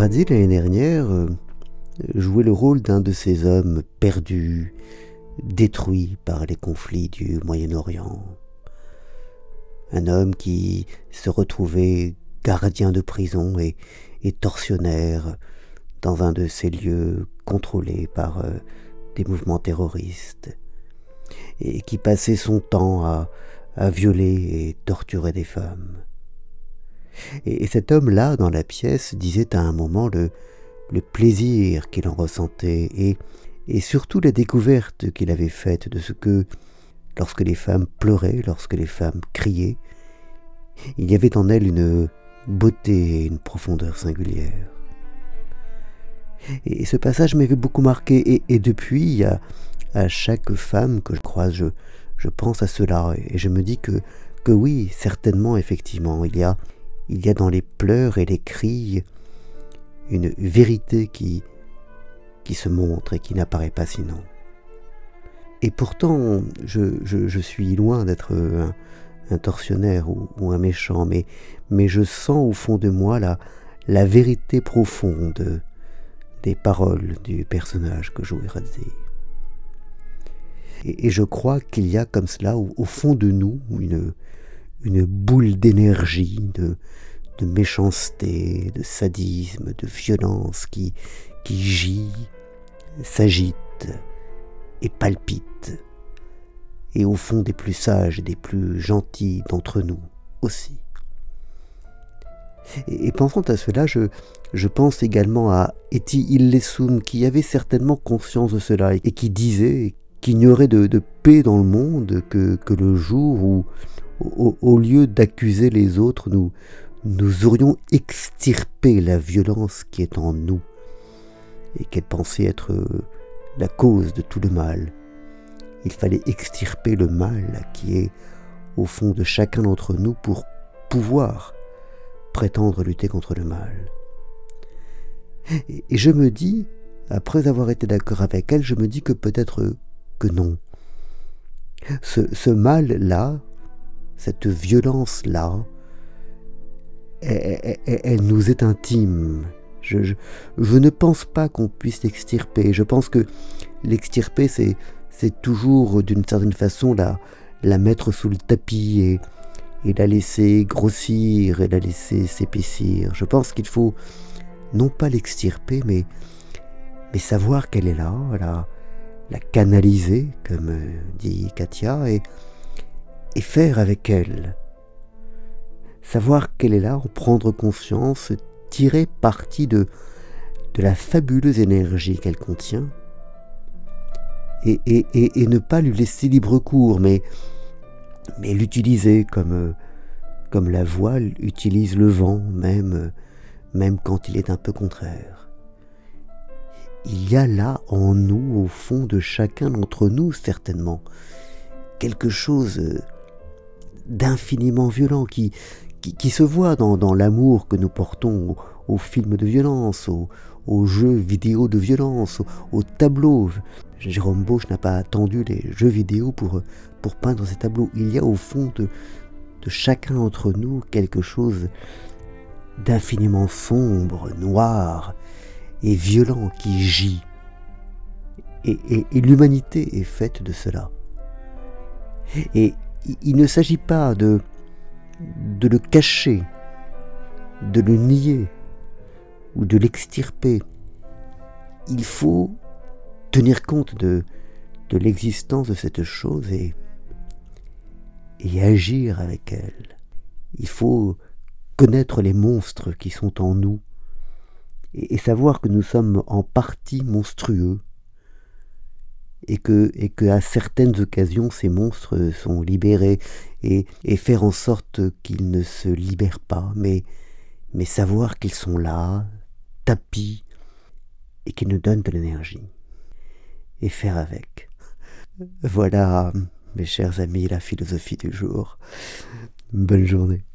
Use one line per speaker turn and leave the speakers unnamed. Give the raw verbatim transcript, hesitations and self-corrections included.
Radzé, l'année dernière, euh, jouait le rôle d'un de ces hommes perdus, détruits par les conflits du Moyen-Orient. Un homme qui se retrouvait gardien de prison et, et tortionnaire dans un de ces lieux contrôlés par euh, des mouvements terroristes, et qui passait son temps à, à violer et torturer des femmes. Et, et cet homme-là, dans la pièce, disait à un moment le, le plaisir qu'il en ressentait, et, et surtout la découverte qu'il avait faite de ce que, lorsque les femmes pleuraient, lorsque les femmes criaient, il y avait en elles une beauté et une profondeur singulières. Et ce passage m'avait beaucoup marqué, et, et depuis, à, à chaque femme que je croise, je, je pense à cela, et je me dis que, que oui, certainement, effectivement, il y a, il y a dans les pleurs et les cris une vérité qui, qui se montre et qui n'apparaît pas sinon. Et pourtant, je, je, je suis loin d'être un, un tortionnaire ou, ou un méchant, mais, mais je sens au fond de moi la, la vérité profonde des paroles du personnage que joue Radzé. Et, et je crois qu'il y a comme cela, au, au fond de nous, une, une boule d'énergie, de, de méchanceté, de sadisme, de violence qui, qui gît, s'agite et palpite, et au fond des plus sages et des plus gentils d'entre nous aussi. Et, et pensant à cela, je, je pense également à Etty Hillesum, qui avait certainement conscience de cela, et qui disait qu'il n'y aurait de, de paix dans le monde que, que le jour où, au, au lieu d'accuser les autres, nous, nous aurions extirpé la violence qui est en nous, et qu'elle pensait être la cause de tout le mal. Il fallait extirper le mal qui est au fond de chacun d'entre nous pour pouvoir prétendre lutter contre le mal. Et, et je me dis, après avoir été d'accord avec elle, je me dis que peut-être que non. Ce, ce mal-là, cette violence-là, elle, elle, elle nous est intime. Je, je, je ne pense pas qu'on puisse l'extirper. Je pense que l'extirper, c'est, c'est toujours d'une certaine façon la, la mettre sous le tapis et, et la laisser grossir et la laisser s'épaissir. Je pense qu'il faut non pas l'extirper, mais, mais savoir qu'elle est là, la, la canaliser, comme dit Katia, et, et faire avec elle. Savoir qu'elle est là, en prendre conscience, tirer parti de, de la fabuleuse énergie qu'elle contient, et, et, et, et ne pas lui laisser libre cours, mais, mais l'utiliser comme, comme la voile utilise le vent, même, même quand il est un peu contraire. Il y a là en nous, au fond de chacun d'entre nous, certainement, quelque chose d'infiniment violent qui, qui, qui se voit dans, dans l'amour que nous portons aux, aux films de violence, aux, aux jeux vidéo de violence, aux, aux tableaux. Jérôme Bosch n'a pas attendu les jeux vidéo pour, pour peindre ces tableaux. Il y a au fond de, de chacun d'entre nous quelque chose d'infiniment sombre, noir et violent qui gît. Et, et, et l'humanité est faite de cela. Et il ne s'agit pas de, de le cacher, de le nier ou de l'extirper. Il faut tenir compte de, de l'existence de cette chose et, et agir avec elle. Il faut connaître les monstres qui sont en nous et, et savoir que nous sommes en partie monstrueux et que, et que à certaines occasions ces monstres sont libérés et, et faire en sorte qu'ils ne se libèrent pas, mais, mais savoir qu'ils sont là, tapis, et qu'ils nous donnent de l'énergie, et faire avec. Voilà, mes chers amis, la philosophie du jour. Bonne journée.